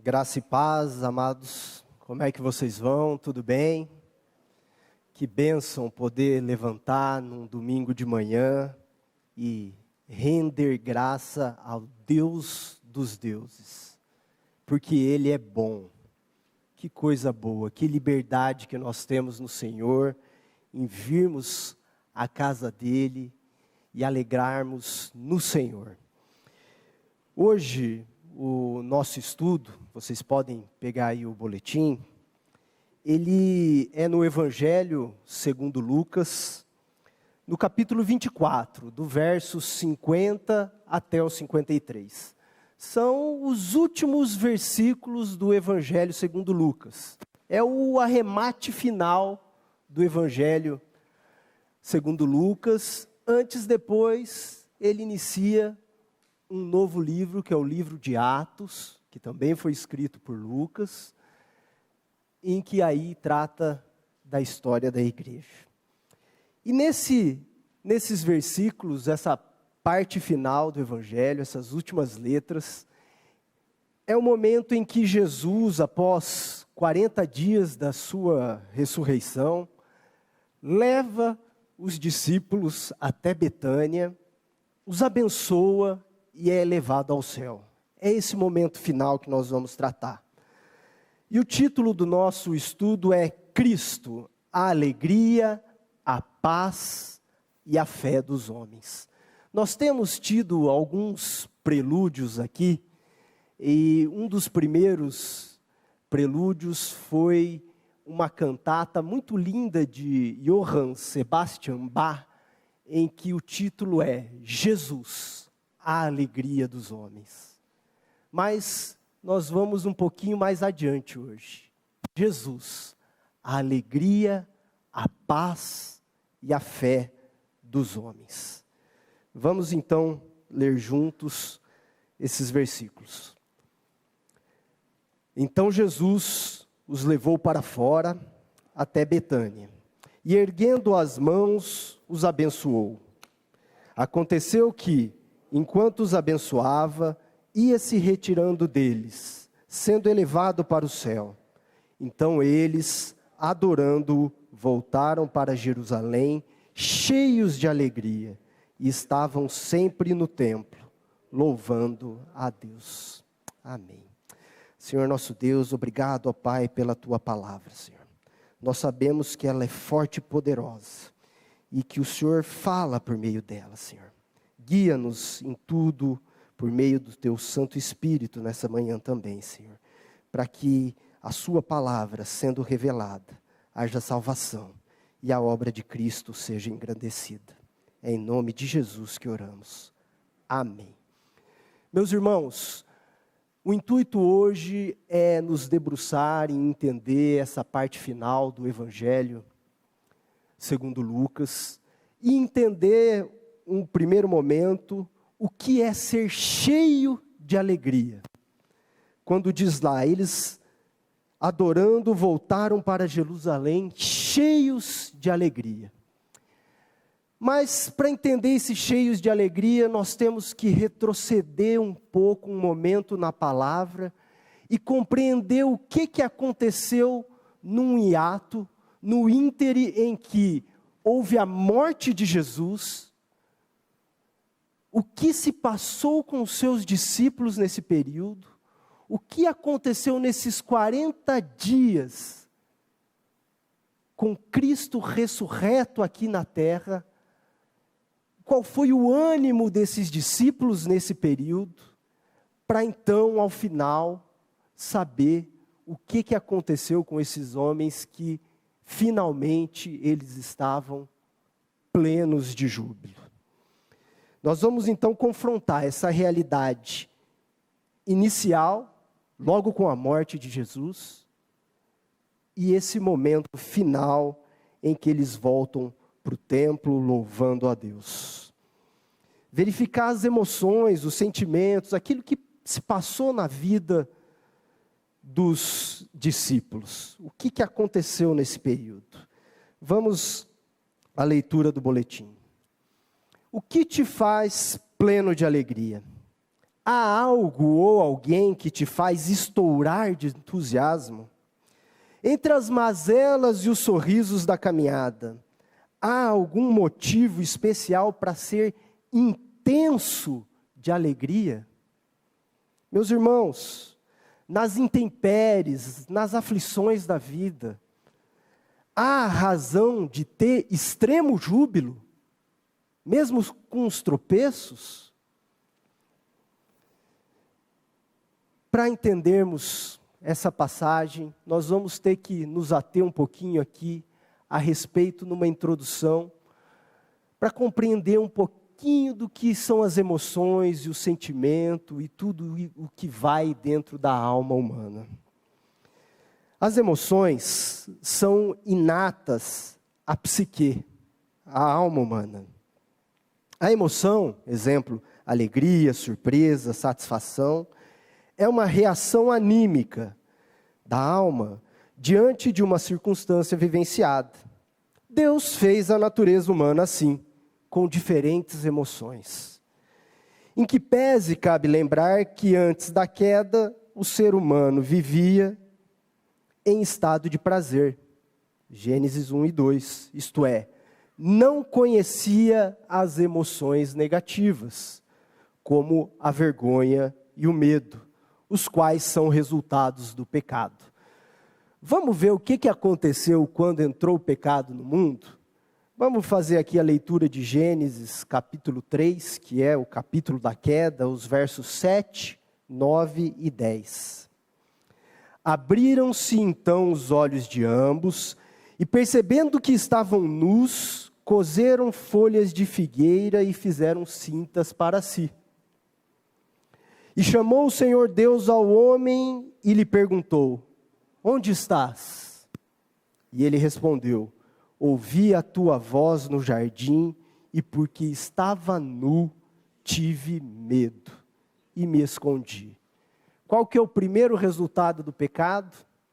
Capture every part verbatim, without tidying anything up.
Graça e paz, amados. Como é que vocês vão? Tudo bem? Que bênção poder levantar num domingo de manhã e render graça ao Deus dos deuses, porque Ele é bom. Que coisa boa, que liberdade que nós temos no Senhor em virmos à casa dEle e alegrarmos no Senhor. Hoje, o nosso estudo, vocês podem pegar aí o boletim, ele é no Evangelho segundo Lucas, no capítulo vinte e quatro, do verso cinquenta até o cinquenta e três. São os últimos versículos do Evangelho segundo Lucas. É o arremate final do Evangelho segundo Lucas. Antes, depois, ele inicia um novo livro, que é o livro de Atos, que também foi escrito por Lucas, em que aí trata da história da igreja. E nesse, nesses versículos, essa parte final do Evangelho, essas últimas letras, é o momento em que Jesus, após quarenta dias da sua ressurreição, leva os discípulos até Betânia, os abençoa e é elevado ao céu. É esse momento final que nós vamos tratar. E o título do nosso estudo é Cristo, a alegria, a paz e a fé dos homens. Nós temos tido alguns prelúdios aqui, e um dos primeiros prelúdios foi uma cantata muito linda de Johann Sebastian Bach, em que o título é Jesus, a alegria dos homens. Mas nós vamos um pouquinho mais adiante hoje. Jesus, a alegria, a paz e a fé dos homens. Vamos então ler juntos esses versículos. Então Jesus os levou para fora até Betânia, e erguendo as mãos, os abençoou. Aconteceu que, enquanto os abençoava, ia se retirando deles, sendo elevado para o céu. Então eles, adorando-o, voltaram para Jerusalém, cheios de alegria, e estavam sempre no templo, louvando a Deus. Amém. Senhor nosso Deus, obrigado, ó Pai, pela Tua palavra, Senhor. Nós sabemos que ela é forte e poderosa, e que o Senhor fala por meio dela, Senhor. Guia-nos em tudo por meio do Teu Santo Espírito nessa manhã também, Senhor. Para que a Sua palavra, sendo revelada, haja salvação e a obra de Cristo seja engrandecida. É em nome de Jesus que oramos. Amém. Meus irmãos, o intuito hoje é nos debruçar e entender essa parte final do Evangelho segundo Lucas e entender um primeiro momento, o que é ser cheio de alegria. Quando diz lá, eles adorando voltaram para Jerusalém, cheios de alegria. Mas para entender esses cheios de alegria, nós temos que retroceder um pouco, um momento na palavra, e compreender o que, que aconteceu num hiato, no íntere em que houve a morte de Jesus. O que se passou com os seus discípulos nesse período? O que aconteceu nesses quarenta dias com Cristo ressurreto aqui na terra? Qual foi o ânimo desses discípulos nesse período? Para então, ao final, saber o que, que aconteceu com esses homens que finalmente eles estavam plenos de júbilo. Nós vamos então confrontar essa realidade inicial, logo com a morte de Jesus, e esse momento final em que eles voltam para o templo louvando a Deus. Verificar as emoções, os sentimentos, aquilo que se passou na vida dos discípulos. O que, que aconteceu nesse período? Vamos à leitura do boletim. O que te faz pleno de alegria? Há algo ou alguém que te faz estourar de entusiasmo? Entre as mazelas e os sorrisos da caminhada, há algum motivo especial para ser intenso de alegria? Meus irmãos, nas intempéries, nas aflições da vida, há razão de ter extremo júbilo, mesmo com os tropeços? Para entendermos essa passagem, nós vamos ter que nos ater um pouquinho aqui a respeito, numa introdução, para compreender um pouquinho do que são as emoções e o sentimento e tudo o que vai dentro da alma humana. As emoções são inatas à psique, à alma humana. A emoção, exemplo, alegria, surpresa, satisfação, é uma reação anímica da alma diante de uma circunstância vivenciada. Deus fez a natureza humana assim, com diferentes emoções. Em que pese cabe lembrar que antes da queda, o ser humano vivia em estado de prazer. Gênesis um e dois, isto é, não conhecia as emoções negativas, como a vergonha e o medo, os quais são resultados do pecado. Vamos ver o que, que aconteceu quando entrou o pecado no mundo? Vamos fazer aqui a leitura de Gênesis capítulo três, que é o capítulo da queda, os versos sete, nove e dez. Abriram-se então os olhos de ambos, e percebendo que estavam nus, coseram folhas de figueira e fizeram cintas para si. E chamou o Senhor Deus ao homem e lhe perguntou: onde estás? E ele respondeu: ouvi a tua voz no jardim, e porque estava nu, tive medo, e me escondi. Qual que é o primeiro resultado do pecado?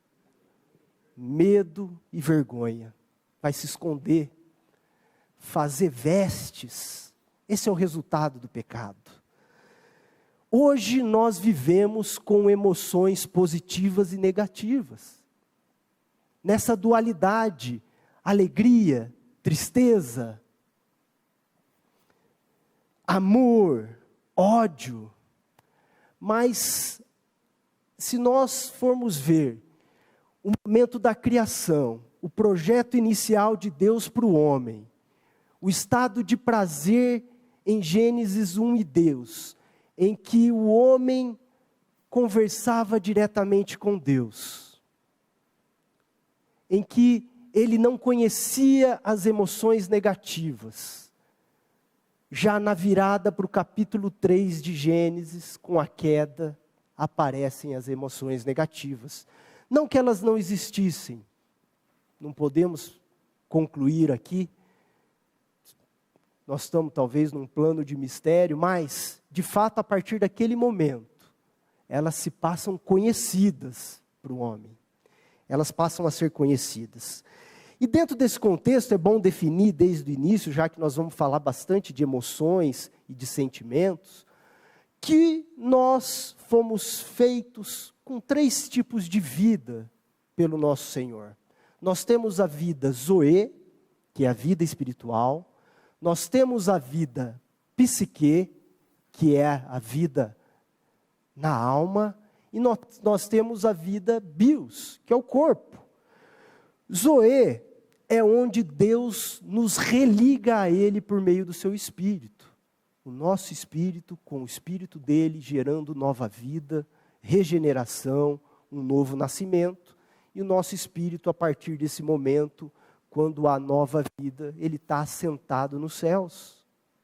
Medo e vergonha. Vai se esconder, fazer vestes. Esse é o resultado do pecado. Hoje nós vivemos com emoções positivas e negativas. Nessa dualidade, alegria, tristeza, amor, ódio. Mas, se nós formos ver o momento da criação, o projeto inicial de Deus para o homem, o estado de prazer em Gênesis um e Deus, em que o homem conversava diretamente com Deus, em que ele não conhecia as emoções negativas. Já na virada para o capítulo três de Gênesis, com a queda, aparecem as emoções negativas. Não que elas não existissem, não podemos concluir aqui, nós estamos talvez num plano de mistério, mas, de fato, a partir daquele momento, elas se passam conhecidas para o homem. Elas passam a ser conhecidas. E dentro desse contexto é bom definir desde o início, já que nós vamos falar bastante de emoções e de sentimentos, que nós fomos feitos com três tipos de vida pelo nosso Senhor. Nós temos a vida Zoe, que é a vida espiritual. Nós temos a vida psique, que é a vida na alma. E nós, nós temos a vida bios, que é o corpo. Zoe é onde Deus nos religa a Ele por meio do seu Espírito. O nosso Espírito com o Espírito dEle gerando nova vida, regeneração, um novo nascimento. E o nosso Espírito, a partir desse momento, quando há nova vida, Ele está assentado nos céus.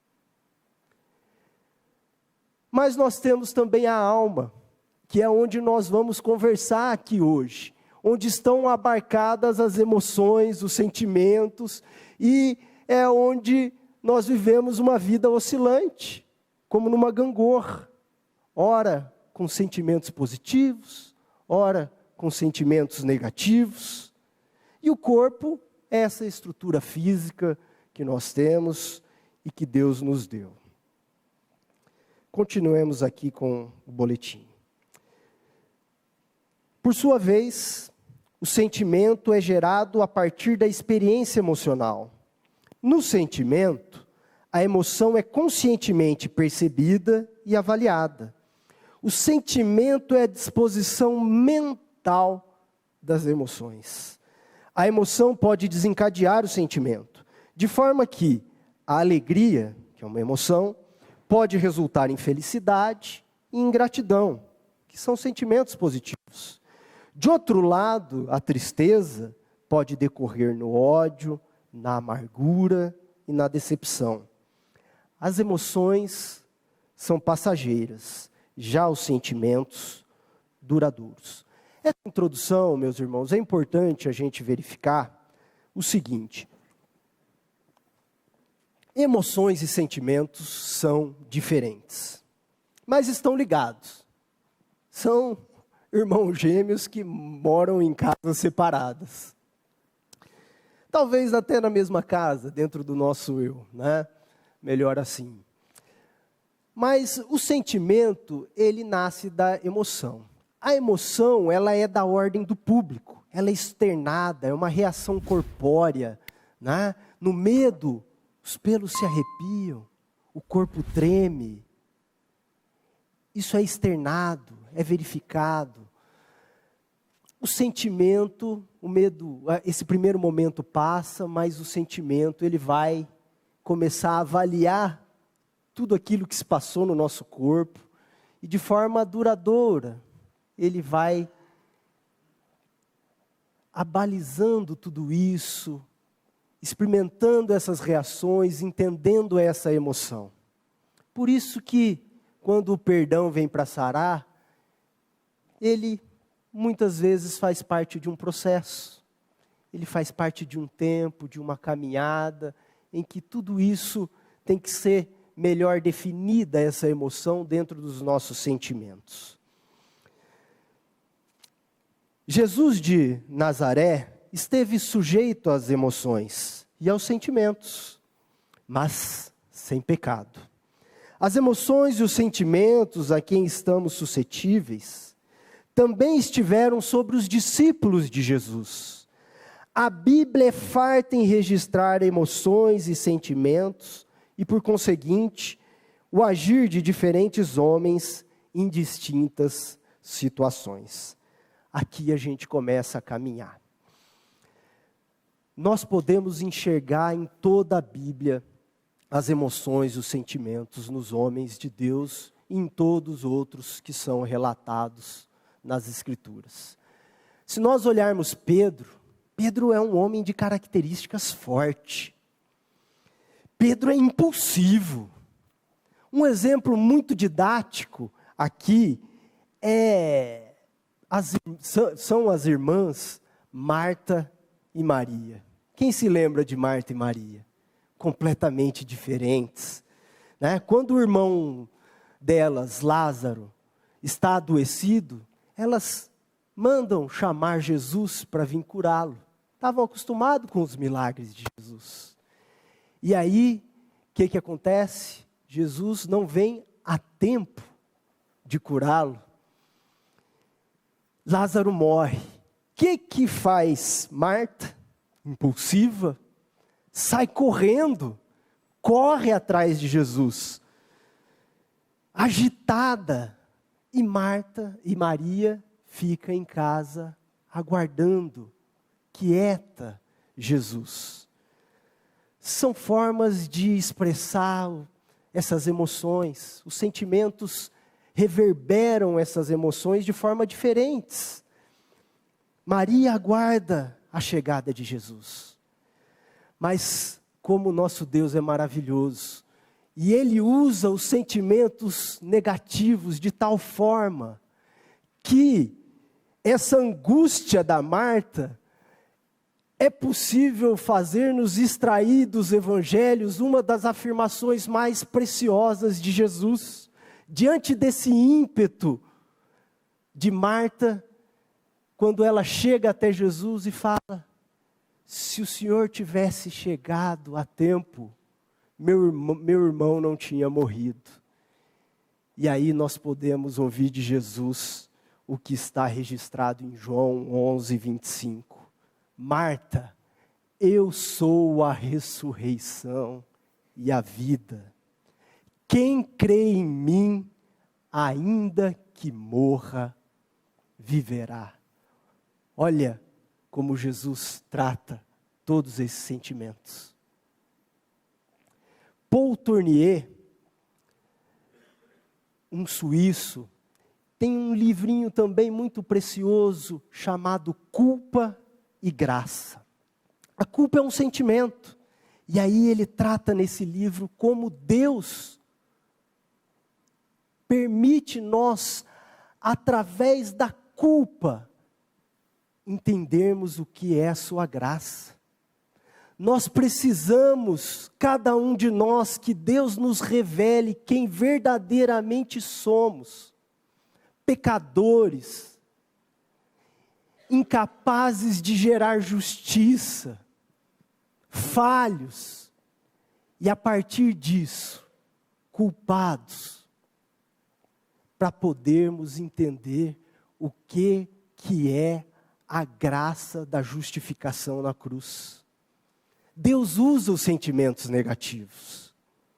Mas nós temos também a alma, que é onde nós vamos conversar aqui hoje, onde estão abarcadas as emoções, os sentimentos, e é onde nós vivemos uma vida oscilante, como numa gangorra, ora com sentimentos positivos, ora com sentimentos negativos, e o corpo é essa estrutura física que nós temos e que Deus nos deu. Continuemos aqui com o boletim. Por sua vez, o sentimento é gerado a partir da experiência emocional. No sentimento, a emoção é conscientemente percebida e avaliada. O sentimento é a disposição mental das emoções. A emoção pode desencadear o sentimento, de forma que a alegria, que é uma emoção, pode resultar em felicidade e em gratidão, que são sentimentos positivos. De outro lado, a tristeza pode decorrer no ódio, na amargura e na decepção. As emoções são passageiras, já os sentimentos duradouros. Essa introdução, meus irmãos, é importante a gente verificar o seguinte: emoções e sentimentos são diferentes, mas estão ligados. São irmãos gêmeos que moram em casas separadas. Talvez até na mesma casa, dentro do nosso eu, né? Melhor assim. Mas o sentimento, ele nasce da emoção. A emoção, ela é da ordem do público. Ela é externada, é uma reação corpórea, né? No medo, os pelos se arrepiam, o corpo treme. Isso é externado, é verificado. O sentimento, o medo, esse primeiro momento passa, mas o sentimento, ele vai começar a avaliar tudo aquilo que se passou no nosso corpo, e de forma duradoura, ele vai abalizando tudo isso, experimentando essas reações, entendendo essa emoção. Por isso que, quando o perdão vem para sarar, ele muitas vezes faz parte de um processo. Ele faz parte de um tempo, de uma caminhada, em que tudo isso tem que ser melhor definida, essa emoção, dentro dos nossos sentimentos. Jesus de Nazaré esteve sujeito às emoções e aos sentimentos, mas sem pecado. As emoções e os sentimentos a quem estamos suscetíveis também estiveram sobre os discípulos de Jesus. A Bíblia é farta em registrar emoções e sentimentos e, por conseguinte, o agir de diferentes homens em distintas situações. Aqui a gente começa a caminhar. Nós podemos enxergar em toda a Bíblia as emoções, os sentimentos nos homens de Deus e em todos os outros que são relatados nas Escrituras. Se nós olharmos Pedro, Pedro é um homem de características fortes. Pedro é impulsivo. Um exemplo muito didático aqui é as, são as irmãs Marta e Maria. Quem se lembra de Marta e Maria? Completamente diferentes, né? Quando o irmão delas, Lázaro, está adoecido, elas mandam chamar Jesus para vir curá-lo. Estavam acostumados com os milagres de Jesus. E aí, o que, que acontece? Jesus não vem a tempo de curá-lo. Lázaro morre. O que, que faz Marta, impulsiva? Sai correndo, corre atrás de Jesus, agitada. E Marta e Maria ficam em casa, aguardando, quieta, Jesus. São formas de expressar essas emoções. Os sentimentos reverberam essas emoções de forma diferentes. Maria aguarda a chegada de Jesus. Mas como o nosso Deus é maravilhoso, e Ele usa os sentimentos negativos de tal forma que essa angústia da Marta é possível fazer-nos extrair dos evangelhos uma das afirmações mais preciosas de Jesus. Diante desse ímpeto de Marta, quando ela chega até Jesus e fala: se o Senhor tivesse chegado a tempo, meu irmão, meu irmão não tinha morrido. E aí nós podemos ouvir de Jesus o que está registrado em João onze, vinte e cinco. Marta, eu sou a ressurreição e a vida. Quem crê em mim, ainda que morra, viverá. Olha como Jesus trata todos esses sentimentos. Paul Tournier, um suíço, tem um livrinho também muito precioso chamado Culpa e Graça. A culpa é um sentimento. E aí ele trata nesse livro como Deus permite nós, através da culpa, entendermos o que é a sua graça. Nós precisamos, cada um de nós, que Deus nos revele quem verdadeiramente somos. Pecadores, incapazes de gerar justiça, falhos, e a partir disso, culpados, para podermos entender o que, que é a graça da justificação na cruz. Deus usa os sentimentos negativos.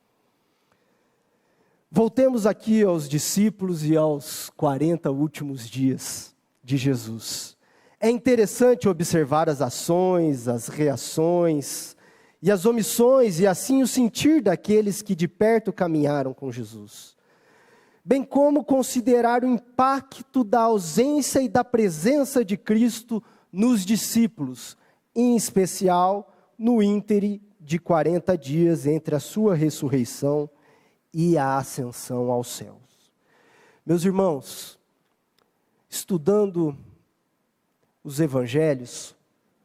Voltemos aqui aos discípulos e aos quarenta últimos dias de Jesus. É interessante observar as ações, as reações e as omissões e assim o sentir daqueles que de perto caminharam com Jesus. Bem como considerar o impacto da ausência e da presença de Cristo nos discípulos, em especial no íntere de quarenta dias entre a sua ressurreição e a ascensão aos céus. Meus irmãos, estudando os evangelhos,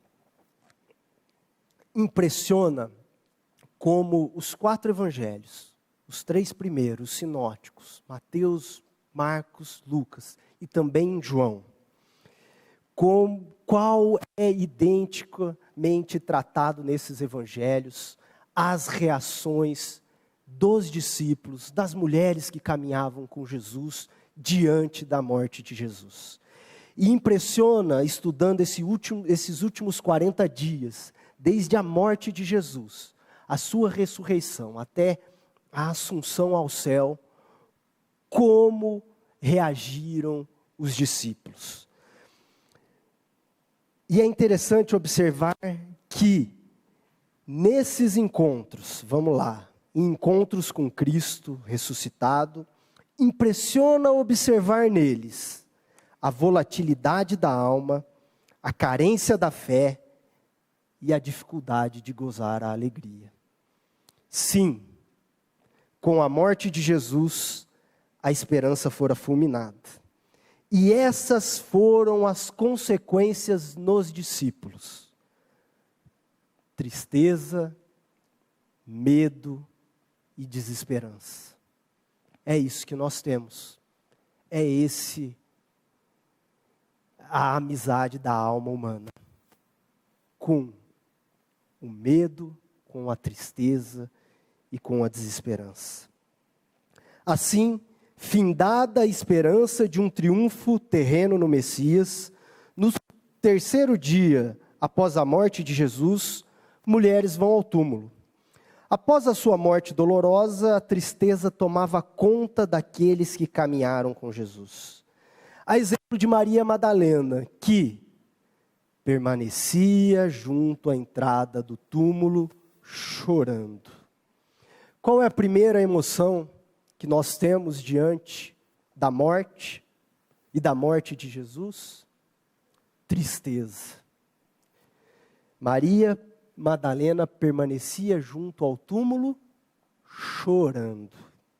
impressiona como os quatro evangelhos, os três primeiros, sinóticos, Mateus, Marcos, Lucas e também João, com, qual é identicamente tratado nesses evangelhos as reações dos discípulos, das mulheres que caminhavam com Jesus diante da morte de Jesus. E impressiona, estudando esse último, esses últimos quarenta dias, desde a morte de Jesus, a sua ressurreição, até a assunção ao céu, como reagiram os discípulos. E é interessante observar que, nesses encontros, vamos lá, encontros com Cristo ressuscitado, impressiona observar neles a volatilidade da alma, a carência da fé e a dificuldade de gozar a alegria. Sim, com a morte de Jesus, a esperança fora fulminada. E essas foram as consequências nos discípulos. Tristeza, medo e desesperança. É isso que nós temos. É esse a amizade da alma humana. Com o medo, com a tristeza e com a desesperança. Assim, findada a esperança de um triunfo terreno no Messias, no terceiro dia após a morte de Jesus, mulheres vão ao túmulo. Após a sua morte dolorosa, a tristeza tomava conta daqueles que caminharam com Jesus. A exemplo de Maria Madalena, que permanecia junto à entrada do túmulo, chorando. Qual é a primeira emoção que nós temos diante da morte e da morte de Jesus? Tristeza. Maria Madalena permanecia junto ao túmulo, chorando.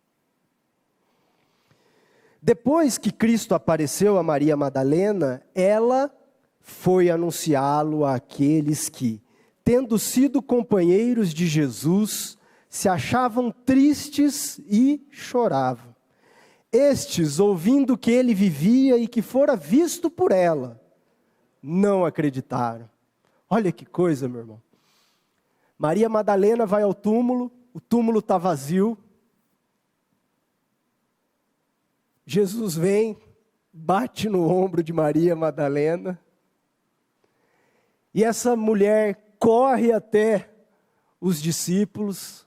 Depois que Cristo apareceu a Maria Madalena, ela foi anunciá-lo àqueles que, tendo sido companheiros de Jesus, se achavam tristes e choravam. Estes, ouvindo que ele vivia e que fora visto por ela, não acreditaram. Olha que coisa, meu irmão. Maria Madalena vai ao túmulo, o túmulo está vazio. Jesus vem, bate no ombro de Maria Madalena, e essa mulher corre até os discípulos,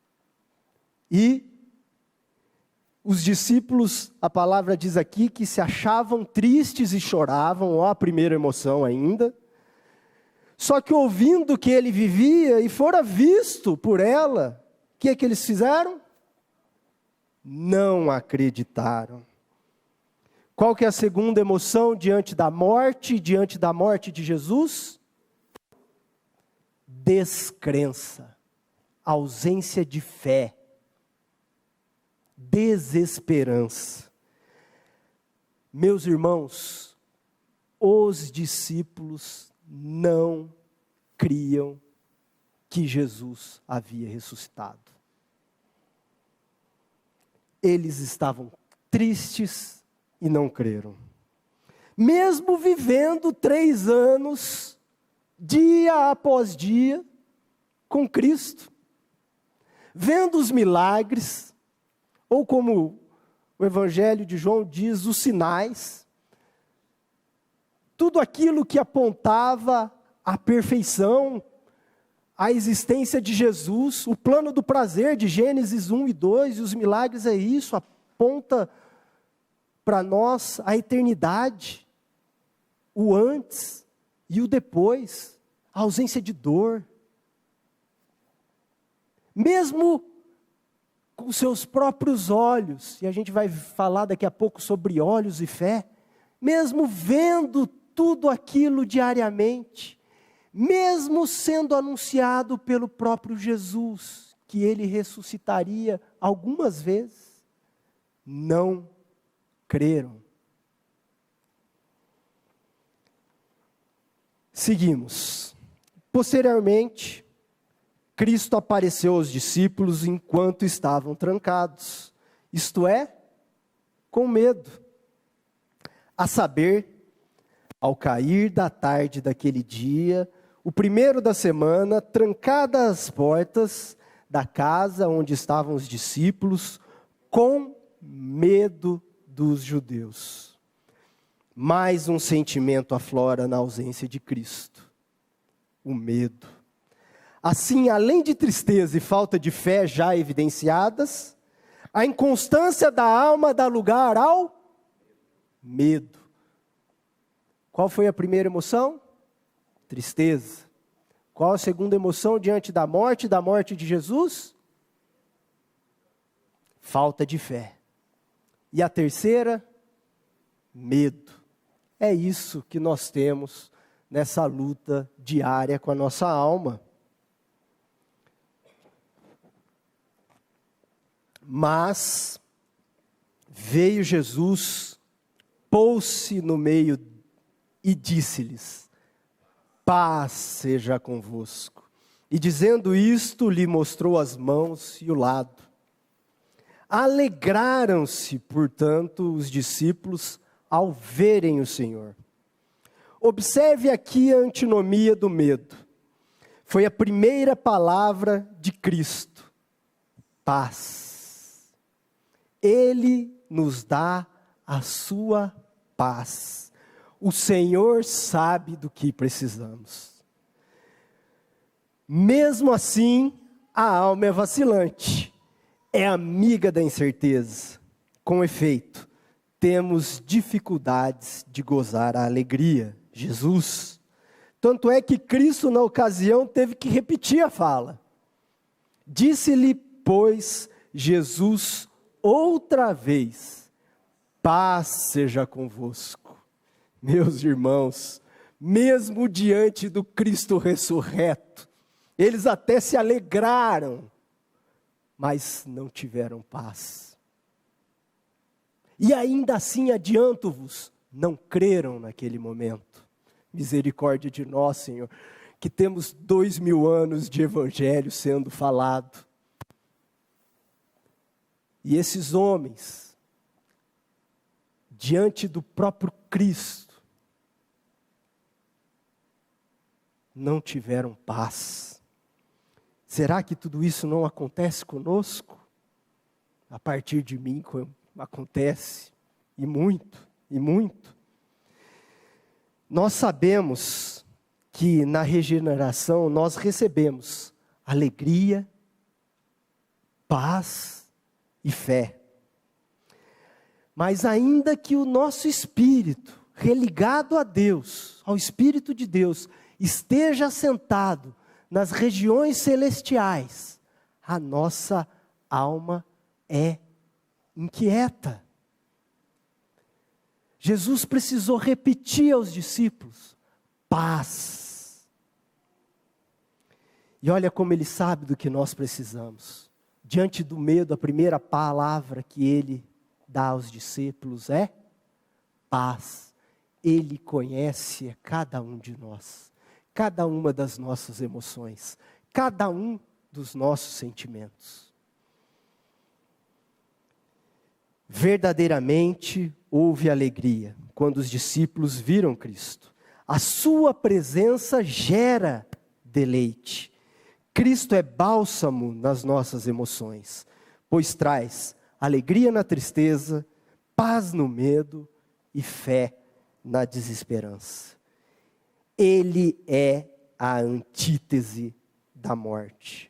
e os discípulos, a palavra diz aqui, que se achavam tristes e choravam, ó a primeira emoção ainda, só que ouvindo que ele vivia e fora visto por ela, o que é que eles fizeram? Não acreditaram. Qual que é a segunda emoção diante da morte, diante da morte de Jesus? Descrença, ausência de fé, desesperança. Meus irmãos, os discípulos não criam que Jesus havia ressuscitado. Eles estavam tristes e não creram. Mesmo vivendo três anos, dia após dia, com Cristo, vendo os milagres, ou como o Evangelho de João diz, os sinais, tudo aquilo que apontava a perfeição, a existência de Jesus, o plano do prazer de Gênesis um e dois, e os milagres é isso, aponta para nós a eternidade, o antes e o depois, a ausência de dor. Mesmo com seus próprios olhos, e a gente vai falar daqui a pouco sobre olhos e fé, mesmo vendo tudo aquilo diariamente, mesmo sendo anunciado pelo próprio Jesus, que ele ressuscitaria algumas vezes, não creram. Seguimos. Posteriormente, Cristo apareceu aos discípulos enquanto estavam trancados, isto é, com medo. A saber, ao cair da tarde daquele dia, o primeiro da semana, trancadas as portas da casa onde estavam os discípulos, com medo dos judeus. Mais um sentimento aflora na ausência de Cristo: o medo. Assim, além de tristeza e falta de fé já evidenciadas, a inconstância da alma dá lugar ao medo. Qual foi a primeira emoção? Tristeza. Qual a segunda emoção diante da morte, da morte de Jesus? Falta de fé. E a terceira? Medo. É isso que nós temos nessa luta diária com a nossa alma. Mas veio Jesus, pôs-se no meio e disse-lhes: paz seja convosco. E dizendo isto, lhe mostrou as mãos e o lado. Alegraram-se, portanto, os discípulos ao verem o Senhor. Observe aqui a antinomia do medo. Foi a primeira palavra de Cristo: paz. Ele nos dá a sua paz. O Senhor sabe do que precisamos. Mesmo assim, a alma é vacilante, é amiga da incerteza. Com efeito, temos dificuldades de gozar a alegria. Jesus. Tanto é que Cristo, na ocasião, teve que repetir a fala. Disse-lhe, pois, Jesus outra vez: paz seja convosco. Meus irmãos, mesmo diante do Cristo ressurreto, eles até se alegraram, mas não tiveram paz. E ainda assim adianto-vos, não creram naquele momento. Misericórdia de nós, Senhor, que temos dois mil anos de evangelho sendo falado. E esses homens, diante do próprio Cristo, não tiveram paz. Será que tudo isso não acontece conosco? A partir de mim acontece. e muito, e muito. Nós sabemos que na regeneração nós recebemos alegria, paz e fé. Mas ainda que o nosso espírito, religado a Deus, ao Espírito de Deus, esteja assentado nas regiões celestiais, a nossa alma é inquieta. Jesus precisou repetir aos discípulos: paz. E olha como ele sabe do que nós precisamos. Diante do medo, a primeira palavra que ele dá aos discípulos é paz. Ele conhece cada um de nós, cada uma das nossas emoções, cada um dos nossos sentimentos. Verdadeiramente houve alegria quando os discípulos viram Cristo. A sua presença gera deleite. Cristo é bálsamo nas nossas emoções, pois traz alegria na tristeza, paz no medo e fé na desesperança. Ele é a antítese da morte.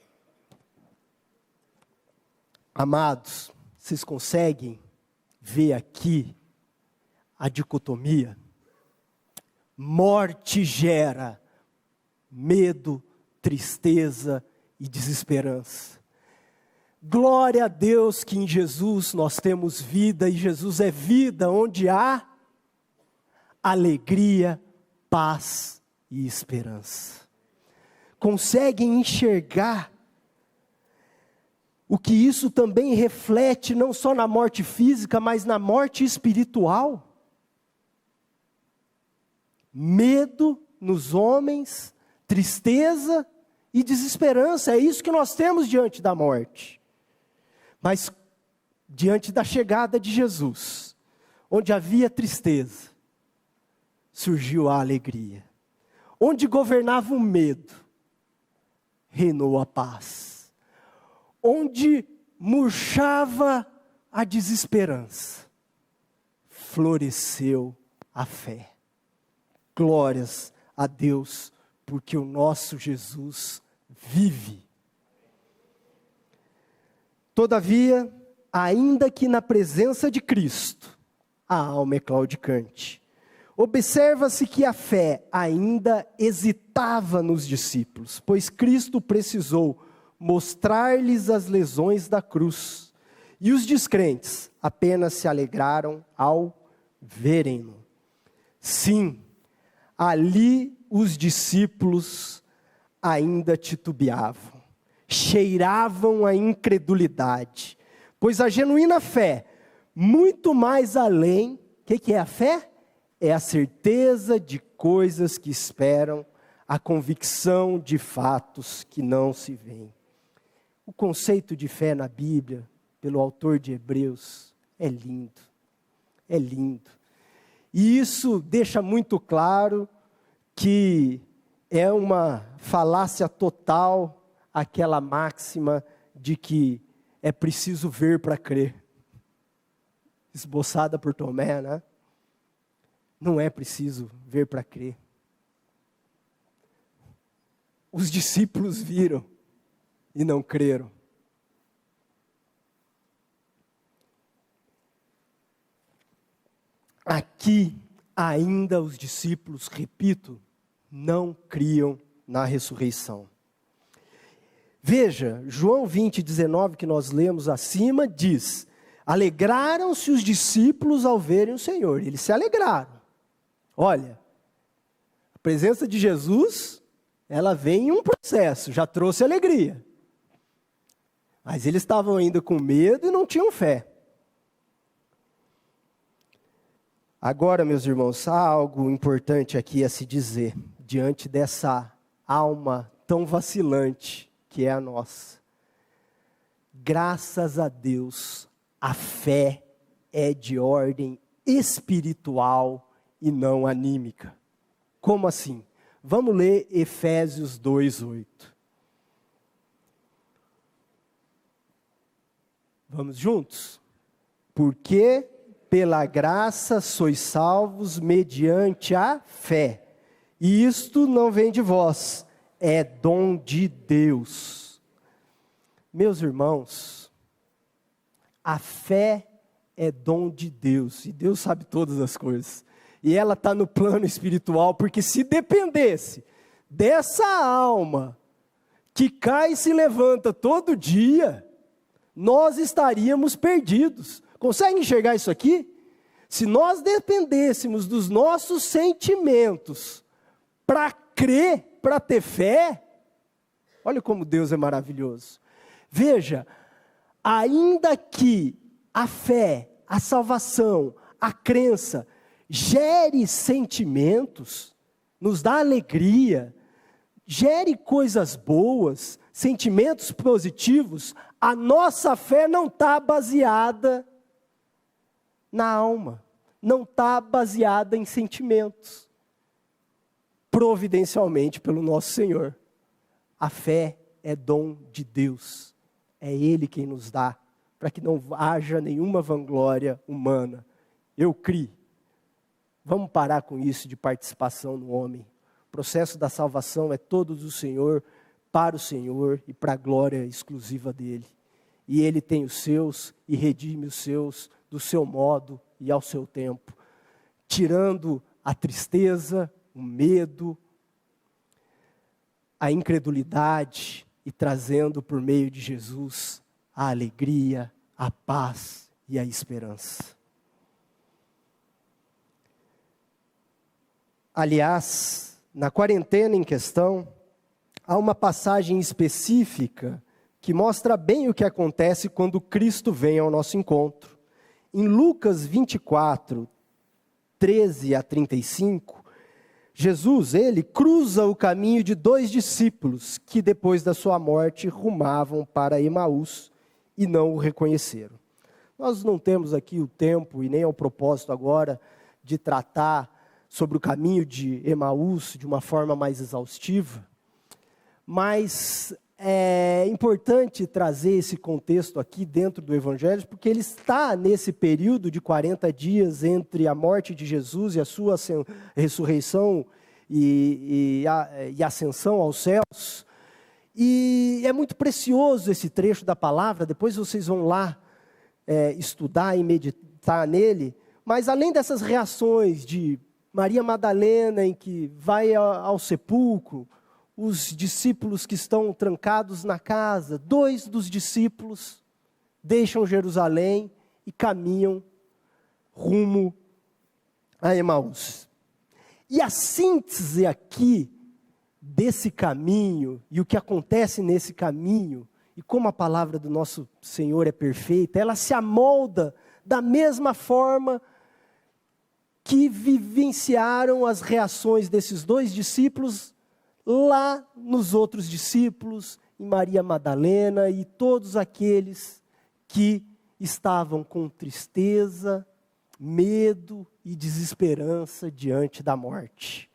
Amados, vocês conseguem ver aqui a dicotomia? Morte gera medo, tristeza e desesperança. Glória a Deus que em Jesus nós temos vida, e Jesus é vida onde há alegria, paz e esperança. Conseguem enxergar o que isso também reflete não só na morte física, mas na morte espiritual? Medo nos homens, tristeza e desesperança, é isso que nós temos diante da morte. Mas diante da chegada de Jesus, onde havia tristeza, surgiu a alegria. Onde governava o medo, reinou a paz. Onde murchava a desesperança, floresceu a fé. Glórias a Deus, porque o nosso Jesus vive. Todavia, ainda que na presença de Cristo, a alma é claudicante. Observa-se que a fé ainda hesitava nos discípulos, pois Cristo precisou mostrar-lhes as lesões da cruz. E os descrentes apenas se alegraram ao verem-no. Sim, ali os discípulos ainda titubeavam, cheiravam a incredulidade, pois a genuína fé, muito mais além, o que, que é a fé? É a certeza de coisas que esperam, a convicção de fatos que não se veem. O conceito de fé na Bíblia, pelo autor de Hebreus, é lindo, é lindo. E isso deixa muito claro que é uma falácia total aquela máxima de que é preciso ver para crer. Esboçada por Tomé, né? Não é preciso ver para crer. Os discípulos viram e não creram. Aqui, ainda os discípulos, repito, não criam na ressurreição. Veja, João vinte, dezenove, que nós lemos acima, diz: alegraram-se os discípulos ao verem o Senhor. Eles se alegraram. Olha, a presença de Jesus, ela vem em um processo, já trouxe alegria. Mas eles estavam ainda com medo e não tinham fé. Agora, meus irmãos, há algo importante aqui a se dizer, diante dessa alma tão vacilante que é a nossa. Graças a Deus, a fé é de ordem espiritual e não anímica. Como assim? Vamos ler Efésios dois, oito. Vamos juntos? Porque pela graça sois salvos mediante a fé. E isto não vem de vós, é dom de Deus. Meus irmãos, a fé é dom de Deus, e Deus sabe todas as coisas. E ela está no plano espiritual, porque se dependesse dessa alma que cai e se levanta todo dia, nós estaríamos perdidos. Consegue enxergar isso aqui? Se nós dependêssemos dos nossos sentimentos para crer, para ter fé, olha como Deus é maravilhoso. Veja, ainda que a fé, a salvação, a crença gere sentimentos, nos dá alegria, gere coisas boas, sentimentos positivos, a nossa fé não está baseada na alma, não está baseada em sentimentos, providencialmente pelo nosso Senhor. A fé é dom de Deus, é Ele quem nos dá, para que não haja nenhuma vanglória humana. Eu criei. Vamos parar com isso de participação no homem. O processo da salvação é todo do Senhor, para o Senhor e para a glória exclusiva dEle. E Ele tem os seus e redime os seus do seu modo e ao seu tempo, tirando a tristeza, o medo, a incredulidade e trazendo por meio de Jesus a alegria, a paz e a esperança. Aliás, na quarentena em questão, há uma passagem específica que mostra bem o que acontece quando Cristo vem ao nosso encontro. Em Lucas vinte e quatro, treze a trinta e cinco, Jesus, ele cruza o caminho de dois discípulos que depois da sua morte rumavam para Emaús e não o reconheceram. Nós não temos aqui o tempo e nem o propósito agora de tratar sobre o caminho de Emaús de uma forma mais exaustiva, mas é importante trazer esse contexto aqui dentro do Evangelho, porque ele está nesse período de quarenta dias entre a morte de Jesus e a sua ressurreição e, e, a, e ascensão aos céus. E é muito precioso esse trecho da palavra, depois vocês vão lá é, estudar e meditar nele, mas além dessas reações de Maria Madalena, em que vai ao, ao sepulcro, os discípulos que estão trancados na casa, dois dos discípulos deixam Jerusalém e caminham rumo a Emaús. E a síntese aqui desse caminho e o que acontece nesse caminho, e como a palavra do nosso Senhor é perfeita, ela se amolda da mesma forma que vivenciaram as reações desses dois discípulos lá nos outros discípulos, em Maria Madalena e todos aqueles que estavam com tristeza, medo e desesperança diante da morte.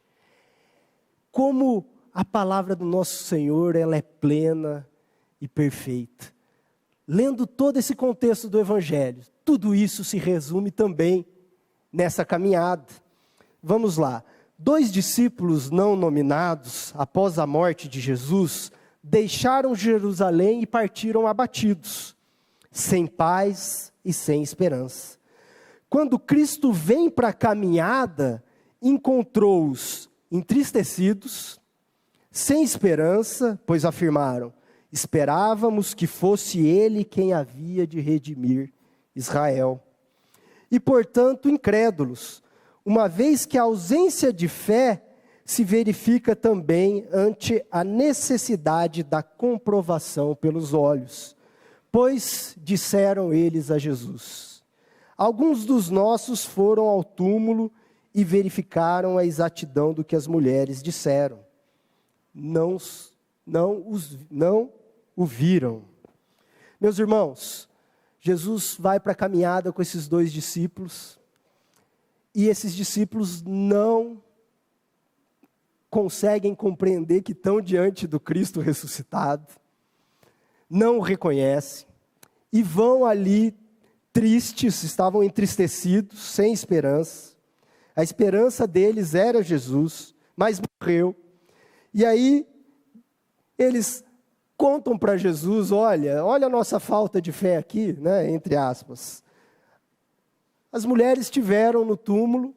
Como a palavra do nosso Senhor, ela é plena e perfeita. Lendo todo esse contexto do Evangelho, tudo isso se resume também nessa caminhada. Vamos lá. Dois discípulos não nominados, após a morte de Jesus, deixaram Jerusalém e partiram abatidos, sem paz e sem esperança. Quando Cristo vem para a caminhada, encontrou-os entristecidos, sem esperança, pois afirmaram: esperávamos que fosse Ele quem havia de redimir Israel. E, portanto, incrédulos, uma vez que a ausência de fé se verifica também ante a necessidade da comprovação pelos olhos. Pois disseram eles a Jesus: alguns dos nossos foram ao túmulo e verificaram a exatidão do que as mulheres disseram. Não, não, os, não o viram. Meus irmãos, Jesus vai para a caminhada com esses dois discípulos, e esses discípulos não conseguem compreender que estão diante do Cristo ressuscitado, não o reconhecem, e vão ali tristes, estavam entristecidos, sem esperança. A esperança deles era Jesus, mas morreu. E aí, eles contam para Jesus, olha, olha a nossa falta de fé aqui, né, entre aspas. As mulheres estiveram no túmulo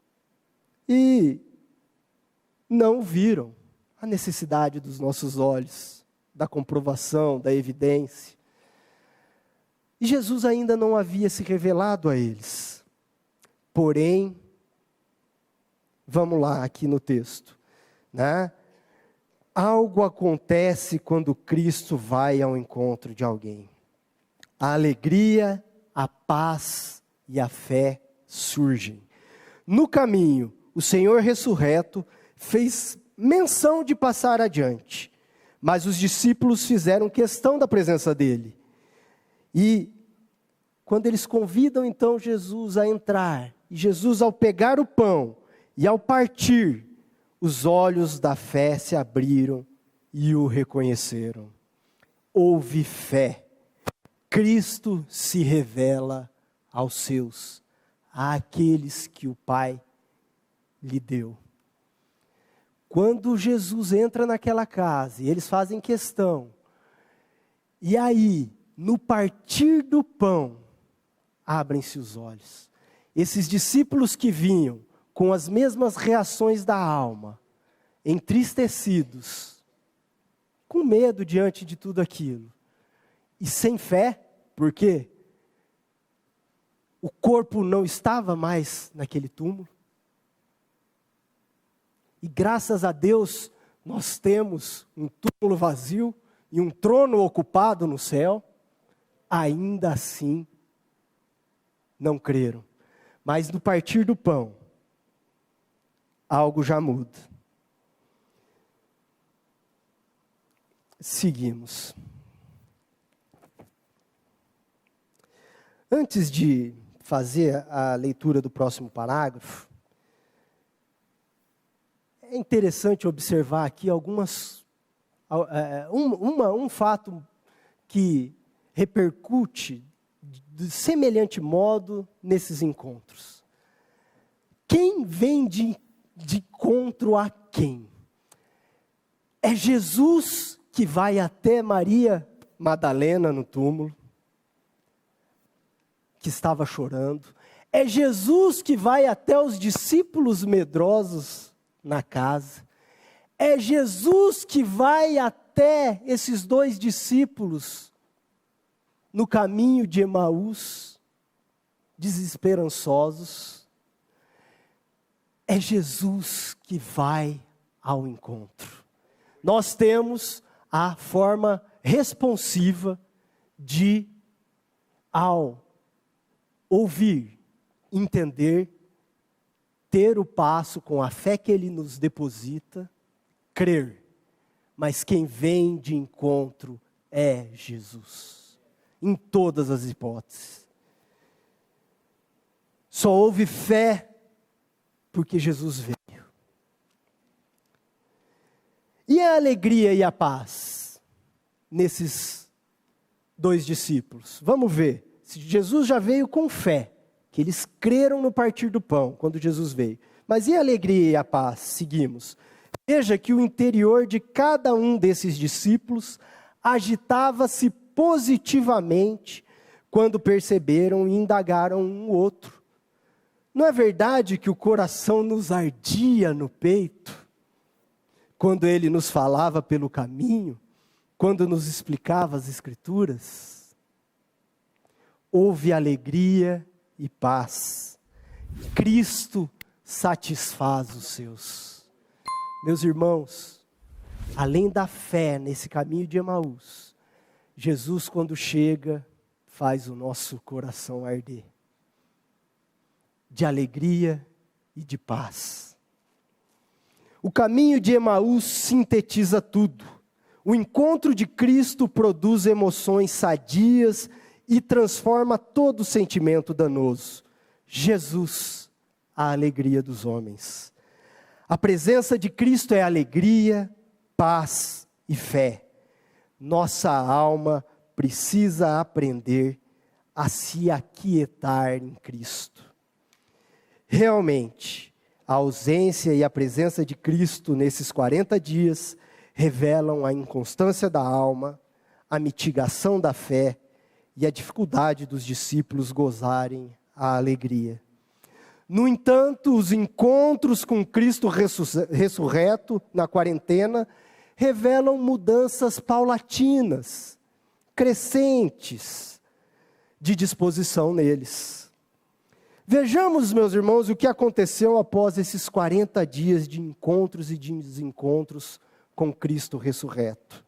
e não viram a necessidade dos nossos olhos, da comprovação, da evidência. E Jesus ainda não havia se revelado a eles. Porém, vamos lá aqui no texto, né? Algo acontece quando Cristo vai ao encontro de alguém. A alegria, a paz e a fé surgem. No caminho, o Senhor ressurreto fez menção de passar adiante, mas os discípulos fizeram questão da presença dele. E quando eles convidam então Jesus a entrar, e Jesus ao pegar o pão e ao partir, os olhos da fé se abriram e o reconheceram. Houve fé. Cristo se revela aos seus, àqueles que o Pai lhe deu. Quando Jesus entra naquela casa, e eles fazem questão, e aí, no partir do pão, abrem-se os olhos. Esses discípulos que vinham com as mesmas reações da alma, entristecidos, com medo diante de tudo aquilo, e sem fé, por quê? O corpo não estava mais naquele túmulo. E graças a Deus, nós temos um túmulo vazio e um trono ocupado no céu. Ainda assim, não creram. Mas no partir do pão, algo já muda. Seguimos. Antes de fazer a leitura do próximo parágrafo, é interessante observar aqui algumas, um, uma, um fato que repercute de semelhante modo nesses encontros. Quem vem de, de encontro a quem? É Jesus que vai até Maria Madalena no túmulo, que estava chorando. É Jesus que vai até os discípulos medrosos na casa. É Jesus que vai até esses dois discípulos no caminho de Emaús, desesperançosos. É Jesus que vai ao encontro. Nós temos a forma responsiva de, ao ouvir, entender, ter o passo com a fé que Ele nos deposita, crer. Mas quem vem de encontro é Jesus, em todas as hipóteses. Só houve fé porque Jesus veio. E a alegria e a paz nesses dois discípulos? Vamos ver. Jesus já veio com fé, que eles creram no partir do pão, quando Jesus veio. Mas e a alegria e a paz? Seguimos. Veja que o interior de cada um desses discípulos agitava-se positivamente quando perceberam e indagaram um outro. Não é verdade que o coração nos ardia no peito, quando Ele nos falava pelo caminho, quando nos explicava as Escrituras? Houve alegria e paz. Cristo satisfaz os seus. Meus irmãos, além da fé nesse caminho de Emaús, Jesus, quando chega, faz o nosso coração arder de alegria e de paz. O caminho de Emaús sintetiza tudo. O encontro de Cristo produz emoções sadias e transforma todo sentimento danoso. Jesus, a alegria dos homens. A presença de Cristo é alegria, paz e fé. Nossa alma precisa aprender a se aquietar em Cristo. Realmente, a ausência e a presença de Cristo nesses quarenta dias revelam a inconstância da alma, a mitigação da fé e a dificuldade dos discípulos gozarem a alegria. No entanto, os encontros com Cristo ressurreto na quarentena revelam mudanças paulatinas, crescentes de disposição neles. Vejamos, meus irmãos, o que aconteceu após esses quarenta dias de encontros e de desencontros com Cristo ressurreto.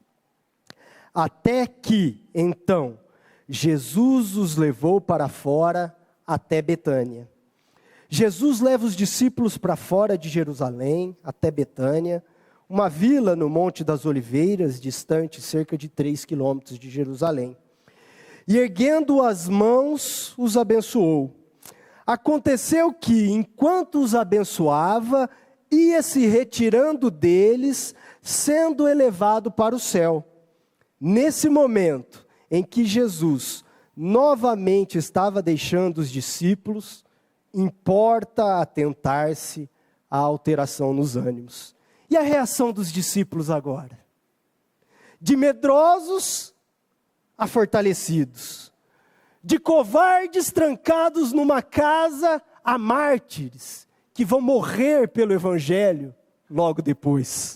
Até que, então, Jesus os levou para fora até Betânia. Jesus leva os discípulos para fora de Jerusalém, até Betânia, uma vila no Monte das Oliveiras, distante cerca de três quilômetros de Jerusalém. E erguendo as mãos, os abençoou. Aconteceu que, enquanto os abençoava, ia se retirando deles, sendo elevado para o céu. Nesse momento em que Jesus novamente estava deixando os discípulos, importa atentar-se à alteração nos ânimos. E a reação dos discípulos agora? De medrosos a fortalecidos. De covardes trancados numa casa a mártires, que vão morrer pelo Evangelho logo depois.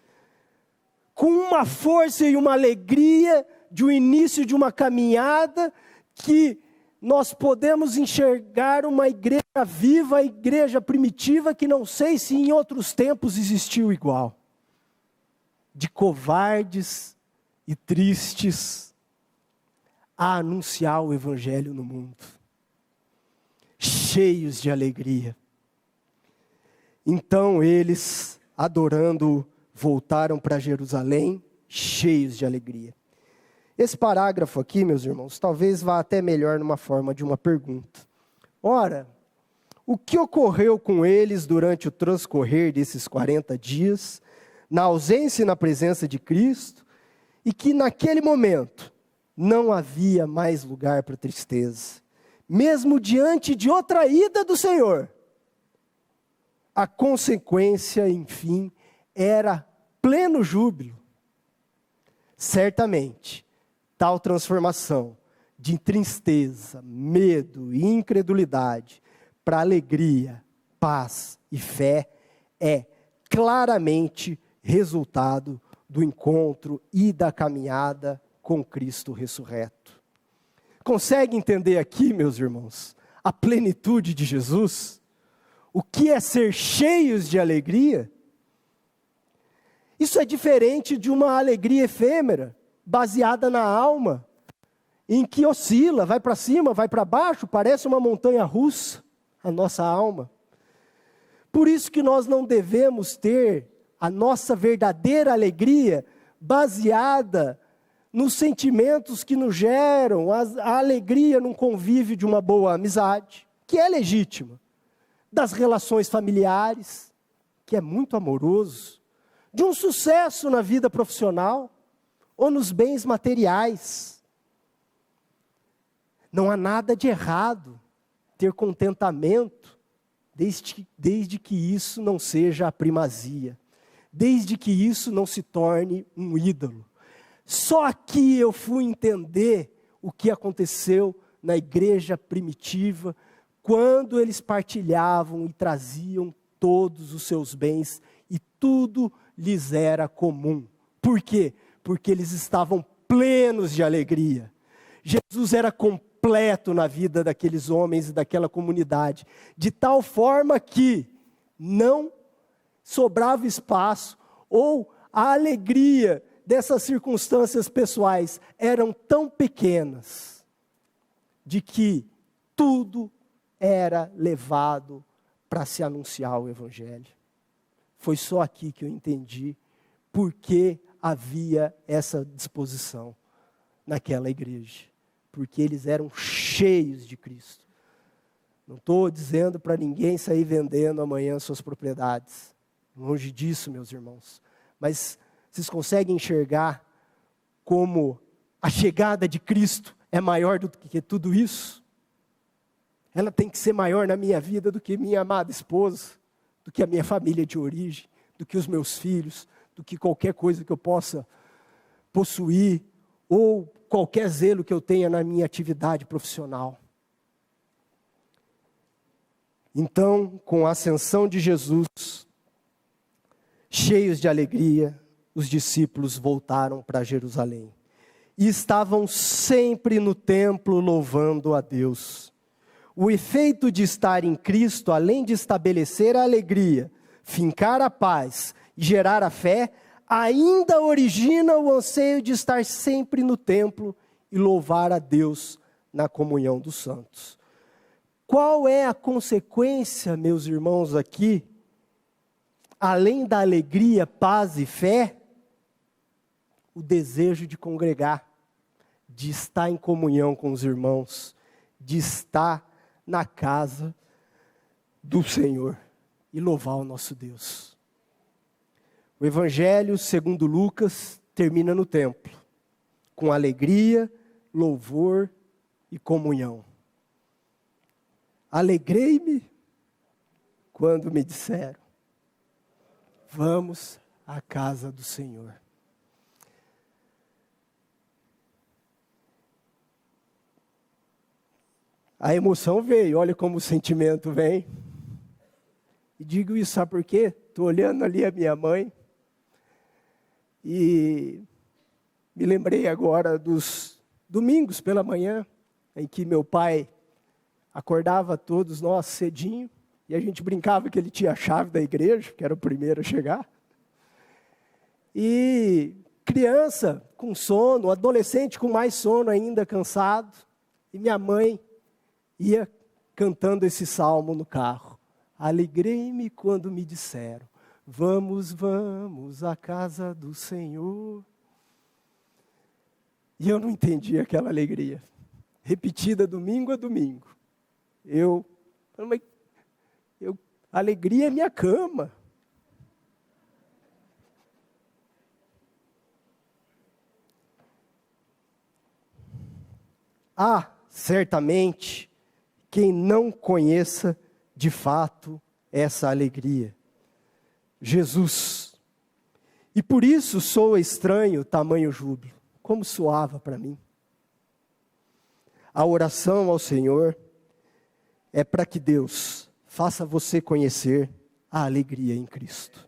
Com uma força e uma alegria de um início de uma caminhada que nós podemos enxergar uma igreja viva, a igreja primitiva, que não sei se em outros tempos existiu igual. De covardes e tristes a anunciar o Evangelho no mundo. Cheios de alegria. Então eles, adorando, voltaram para Jerusalém, cheios de alegria. Esse parágrafo aqui, meus irmãos, talvez vá até melhor numa forma de uma pergunta. Ora, o que ocorreu com eles durante o transcorrer desses quarenta dias, na ausência e na presença de Cristo, e que naquele momento não havia mais lugar para tristeza, mesmo diante de outra ida do Senhor? A consequência, enfim, era pleno júbilo. Certamente, tal transformação de tristeza, medo e incredulidade para alegria, paz e fé é claramente resultado do encontro e da caminhada com Cristo ressurreto. Consegue entender aqui, meus irmãos, a plenitude de Jesus? O que é ser cheios de alegria? Isso é diferente de uma alegria efêmera, baseada na alma, em que oscila, vai para cima, vai para baixo, parece uma montanha russa, a nossa alma. Por isso que nós não devemos ter a nossa verdadeira alegria baseada nos sentimentos que nos geram a, a alegria num convívio de uma boa amizade, que é legítima, das relações familiares, que é muito amoroso, de um sucesso na vida profissional, ou nos bens materiais. Não há nada de errado ter contentamento, desde, desde que isso não seja a primazia, desde que isso não se torne um ídolo. Só aqui eu fui entender o que aconteceu na igreja primitiva, quando eles partilhavam e traziam todos os seus bens, e tudo lhes era comum. Por quê? Porque eles estavam plenos de alegria. Jesus era completo na vida daqueles homens e daquela comunidade, de tal forma que não sobrava espaço, ou a alegria dessas circunstâncias pessoais eram tão pequenas, de que tudo era levado para se anunciar o Evangelho. Foi só aqui que eu entendi por que havia essa disposição naquela igreja, porque eles eram cheios de Cristo. Não estou dizendo para ninguém sair vendendo amanhã suas propriedades, longe disso, meus irmãos, mas vocês conseguem enxergar como a chegada de Cristo é maior do que tudo isso. Ela tem que ser maior na minha vida do que minha amada esposa, do que a minha família de origem, do que os meus filhos, do que qualquer coisa que eu possa possuir, ou qualquer zelo que eu tenha na minha atividade profissional. Então, com a ascensão de Jesus, cheios de alegria, os discípulos voltaram para Jerusalém. E estavam sempre no templo louvando a Deus. O efeito de estar em Cristo, além de estabelecer a alegria, fincar a paz e gerar a fé, ainda origina o anseio de estar sempre no templo e louvar a Deus na comunhão dos santos. Qual é a consequência, meus irmãos, aqui? Além da alegria, paz e fé, o desejo de congregar, de estar em comunhão com os irmãos, de estar na casa do Senhor e louvar o nosso Deus. O Evangelho, segundo Lucas, termina no templo, com alegria, louvor e comunhão. Alegrei-me quando me disseram: vamos à casa do Senhor. A emoção veio, olha como o sentimento vem. E digo isso, sabe por quê? Estou olhando ali a minha mãe e me lembrei agora dos domingos pela manhã, em que meu pai acordava todos nós cedinho, e a gente brincava que ele tinha a chave da igreja, que era o primeiro a chegar. E criança com sono, adolescente com mais sono ainda, cansado, e minha mãe ia cantando esse salmo no carro. Alegrei-me quando me disseram: vamos, vamos à casa do Senhor. E eu não entendi aquela alegria, repetida domingo a domingo. Eu, eu alegria é minha cama. Há, certamente, quem não conheça de fato essa alegria. Jesus. E por isso soa estranho tamanho júbilo. Como soava para mim. A oração ao Senhor é para que Deus faça você conhecer a alegria em Cristo.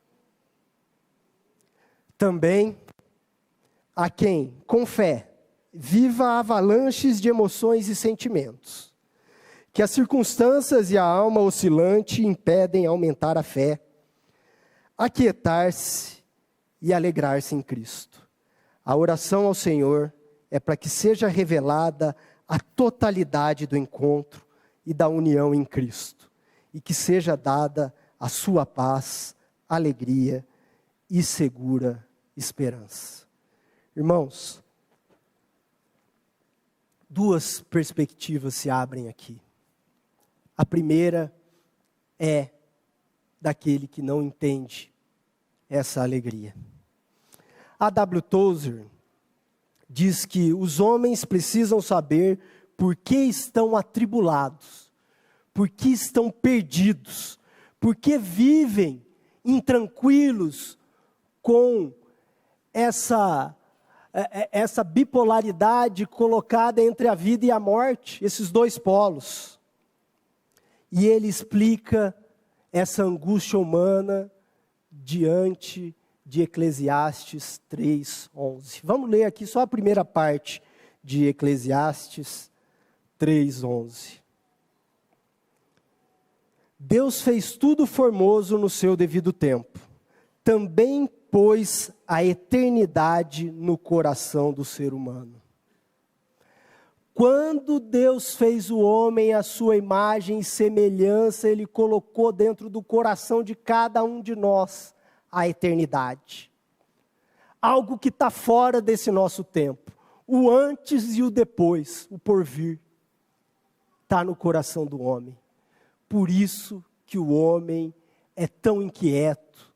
Também a quem, com fé, viva avalanches de emoções e sentimentos, que as circunstâncias e a alma oscilante impedem aumentar a fé, aquietar-se e alegrar-se em Cristo. A oração ao Senhor é para que seja revelada a totalidade do encontro e da união em Cristo, e que seja dada a sua paz, alegria e segura esperança. Irmãos, duas perspectivas se abrem aqui. A primeira é daquele que não entende essa alegria. A W. Tozer diz que os homens precisam saber por que estão atribulados, por que estão perdidos, por que vivem intranquilos com essa, essa bipolaridade colocada entre a vida e a morte, esses dois polos. E ele explica essa angústia humana diante de Eclesiastes três, onze. Vamos ler aqui só a primeira parte de Eclesiastes três, onze. Deus fez tudo formoso no seu devido tempo. Também pôs a eternidade no coração do ser humano. Quando Deus fez o homem à sua imagem e semelhança, Ele colocou dentro do coração de cada um de nós a eternidade. Algo que está fora desse nosso tempo. O antes e o depois, o porvir, está no coração do homem. Por isso que o homem é tão inquieto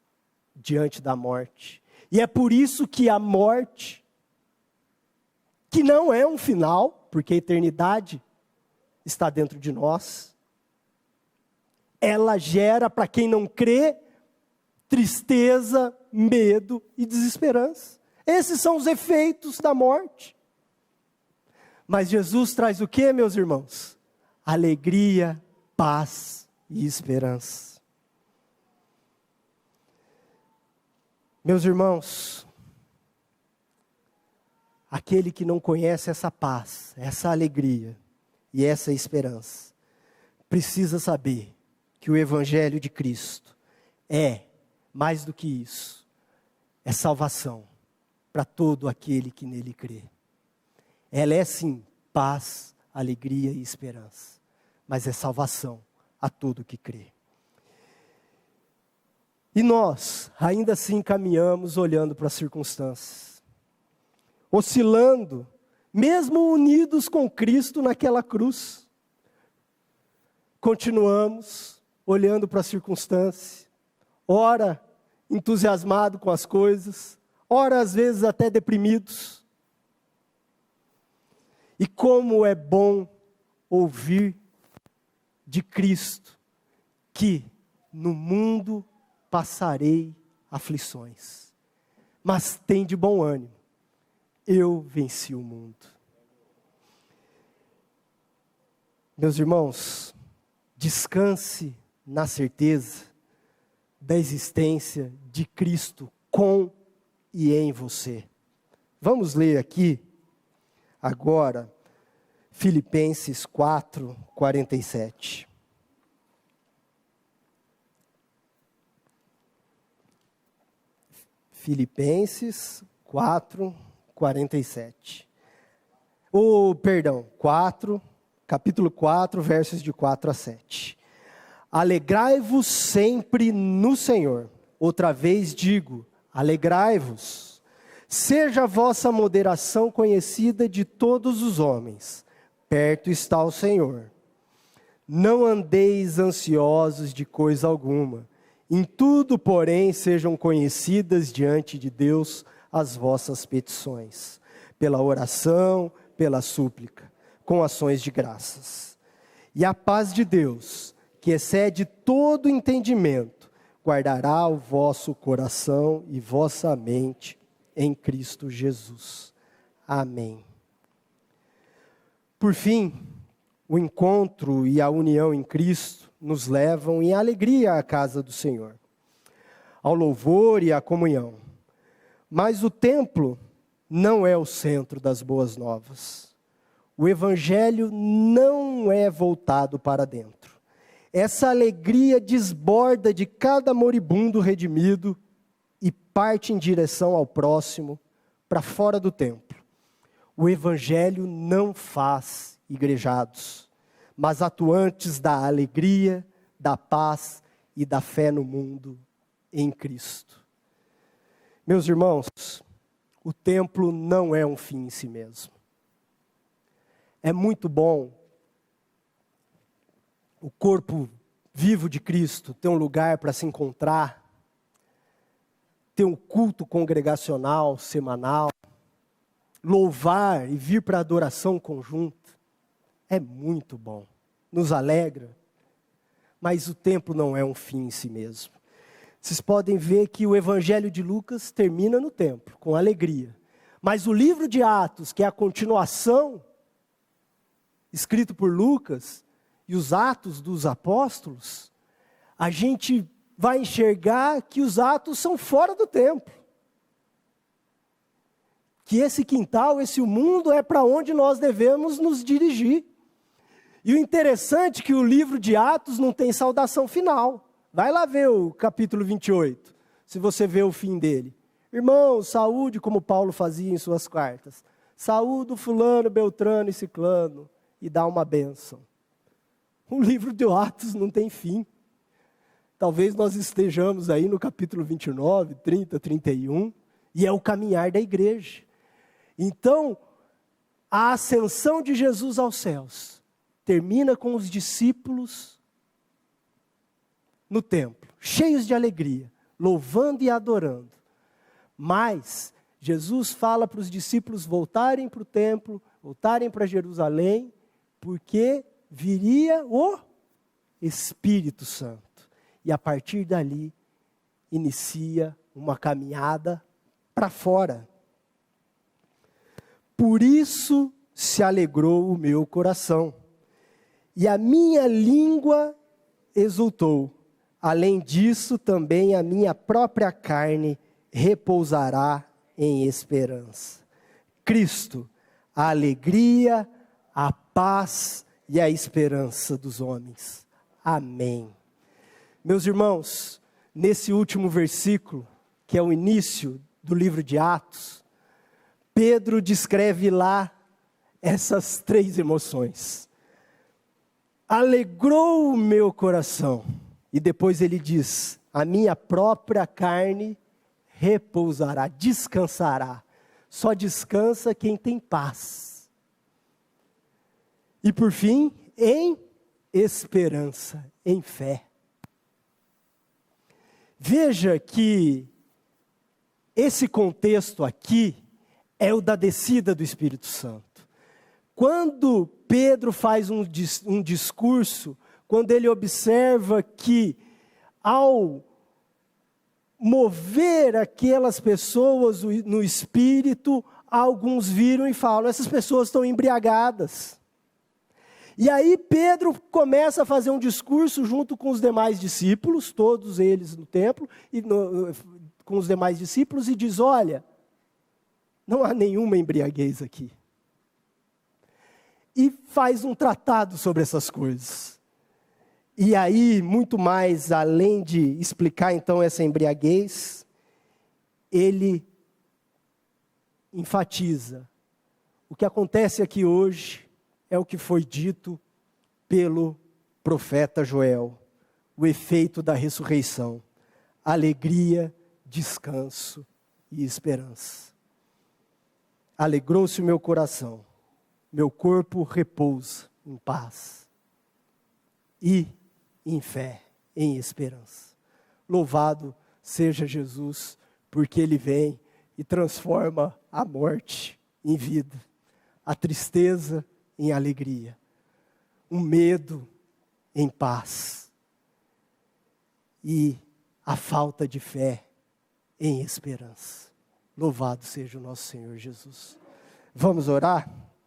diante da morte. E é por isso que a morte que não é um final, porque a eternidade está dentro de nós. Ela gera, para quem não crê, tristeza, medo e desesperança. Esses são os efeitos da morte. Mas Jesus traz o que, meus irmãos? Alegria, paz e esperança. Meus irmãos, aquele que não conhece essa paz, essa alegria e essa esperança, precisa saber que o Evangelho de Cristo é mais do que isso, é salvação para todo aquele que nele crê. Ela é sim paz, alegria e esperança, mas é salvação a todo que crê. E nós ainda assim caminhamos olhando para as circunstâncias, oscilando, mesmo unidos com Cristo naquela cruz. Continuamos olhando para a circunstância, ora entusiasmado com as coisas, ora às vezes até deprimidos. E como é bom ouvir de Cristo que no mundo passarei aflições, mas tem de bom ânimo, eu venci o mundo. Meus irmãos, descanse na certeza da existência de Cristo com e em você. Vamos ler aqui, agora, Filipenses quatro, quarenta e sete. Filipenses quatro, quarenta e sete. Oh, perdão, quatro, capítulo quatro, versos de quatro a sete. Alegrai-vos sempre no Senhor. Outra vez digo, alegrai-vos. Seja a vossa moderação conhecida de todos os homens. Perto está o Senhor. Não andeis ansiosos de coisa alguma. Em tudo, porém, sejam conhecidas diante de Deus as vossas petições, pela oração, pela súplica, com ações de graças. E a paz de Deus, que excede todo entendimento, guardará o vosso coração e vossa mente em Cristo Jesus. Amém. Por fim, o encontro e a união em Cristo nos levam em alegria à casa do Senhor, ao louvor e à comunhão. Mas o templo não é o centro das boas novas. O Evangelho não é voltado para dentro. Essa alegria desborda de cada moribundo redimido e parte em direção ao próximo, para fora do templo. O Evangelho não faz igrejados, mas atuantes da alegria, da paz e da fé no mundo em Cristo. Meus irmãos, o templo não é um fim em si mesmo. É muito bom o corpo vivo de Cristo ter um lugar para se encontrar, ter um culto congregacional, semanal, louvar e vir para a adoração conjunta. É muito bom, nos alegra, mas o templo não é um fim em si mesmo. Vocês podem ver que o Evangelho de Lucas termina no templo, com alegria. Mas o livro de Atos, que é a continuação, escrito por Lucas, e os Atos dos Apóstolos, a gente vai enxergar que os Atos são fora do templo. Que esse quintal, esse mundo é para onde nós devemos nos dirigir. E o interessante é que o livro de Atos não tem saudação final. Vai lá ver o capítulo vinte e oito, se você vê o fim dele. Irmãos, saúde, como Paulo fazia em suas cartas. Saúde fulano, beltrano e ciclano, e dá uma bênção. O livro de Atos não tem fim. Talvez nós estejamos aí no capítulo vinte e nove, trinta, trinta e um, e é o caminhar da igreja. Então, a ascensão de Jesus aos céus termina com os discípulos no templo, cheios de alegria, louvando e adorando. Mas Jesus fala para os discípulos voltarem para o templo, voltarem para Jerusalém, porque viria o Espírito Santo. E a partir dali, inicia uma caminhada para fora. Por isso se alegrou o meu coração, e a minha língua exultou. Além disso, também a minha própria carne repousará em esperança. Cristo, a alegria, a paz e a esperança dos homens. Amém. Meus irmãos, nesse último versículo, que é o início do livro de Atos, Pedro descreve lá essas três emoções. Alegrou o meu coração. E depois ele diz, a minha própria carne repousará, descansará. Só descansa quem tem paz. E por fim, em esperança, em fé. Veja que esse contexto aqui é o da descida do Espírito Santo. Quando Pedro faz um, um discurso, quando ele observa que ao mover aquelas pessoas no Espírito, alguns viram e falam, essas pessoas estão embriagadas. E aí Pedro começa a fazer um discurso junto com os demais discípulos, todos eles no templo, e no, com os demais discípulos, e diz, olha, não há nenhuma embriaguez aqui. E faz um tratado sobre essas coisas. E aí, muito mais, além de explicar então essa embriaguez, ele enfatiza. O que acontece aqui hoje é o que foi dito pelo profeta Joel. O efeito da ressurreição. Alegria, descanso e esperança. Alegrou-se o meu coração. Meu corpo repousa em paz. E em fé, em esperança. Louvado seja Jesus, porque Ele vem e transforma a morte em vida, a tristeza em alegria, o medo em paz e a falta de fé em esperança. Louvado seja o nosso Senhor Jesus. Vamos orar?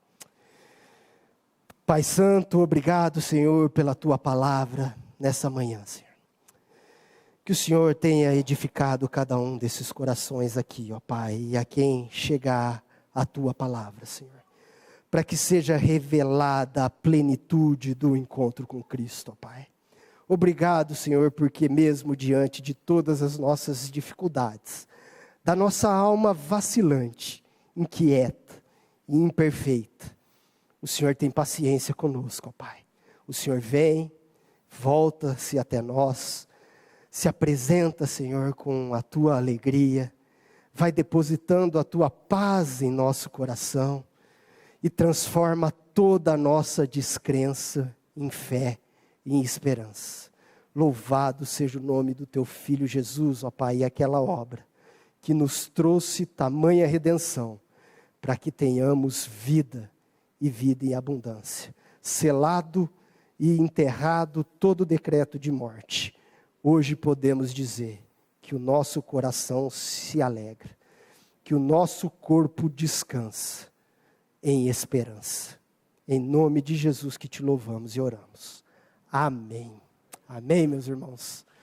Pai Santo, obrigado, Senhor, pela Tua palavra nessa manhã, Senhor. Que o Senhor tenha edificado cada um desses corações aqui, ó Pai, e a quem chegar a Tua palavra, Senhor. Para que seja revelada a plenitude do encontro com Cristo, ó Pai. Obrigado, Senhor, porque mesmo diante de todas as nossas dificuldades, da nossa alma vacilante, inquieta e imperfeita, o Senhor tem paciência conosco, ó Pai. O Senhor vem, volta-se até nós, se apresenta, Senhor, com a Tua alegria, vai depositando a Tua paz em nosso coração e transforma toda a nossa descrença em fé e em esperança. Louvado seja o nome do Teu Filho Jesus, ó Pai, e aquela obra que nos trouxe tamanha redenção, para que tenhamos vida e vida em abundância. Selado e enterrado todo o decreto de morte. Hoje podemos dizer que o nosso coração se alegra, que o nosso corpo descansa em esperança. Em nome de Jesus que te louvamos e oramos. Amém. Amém, meus irmãos.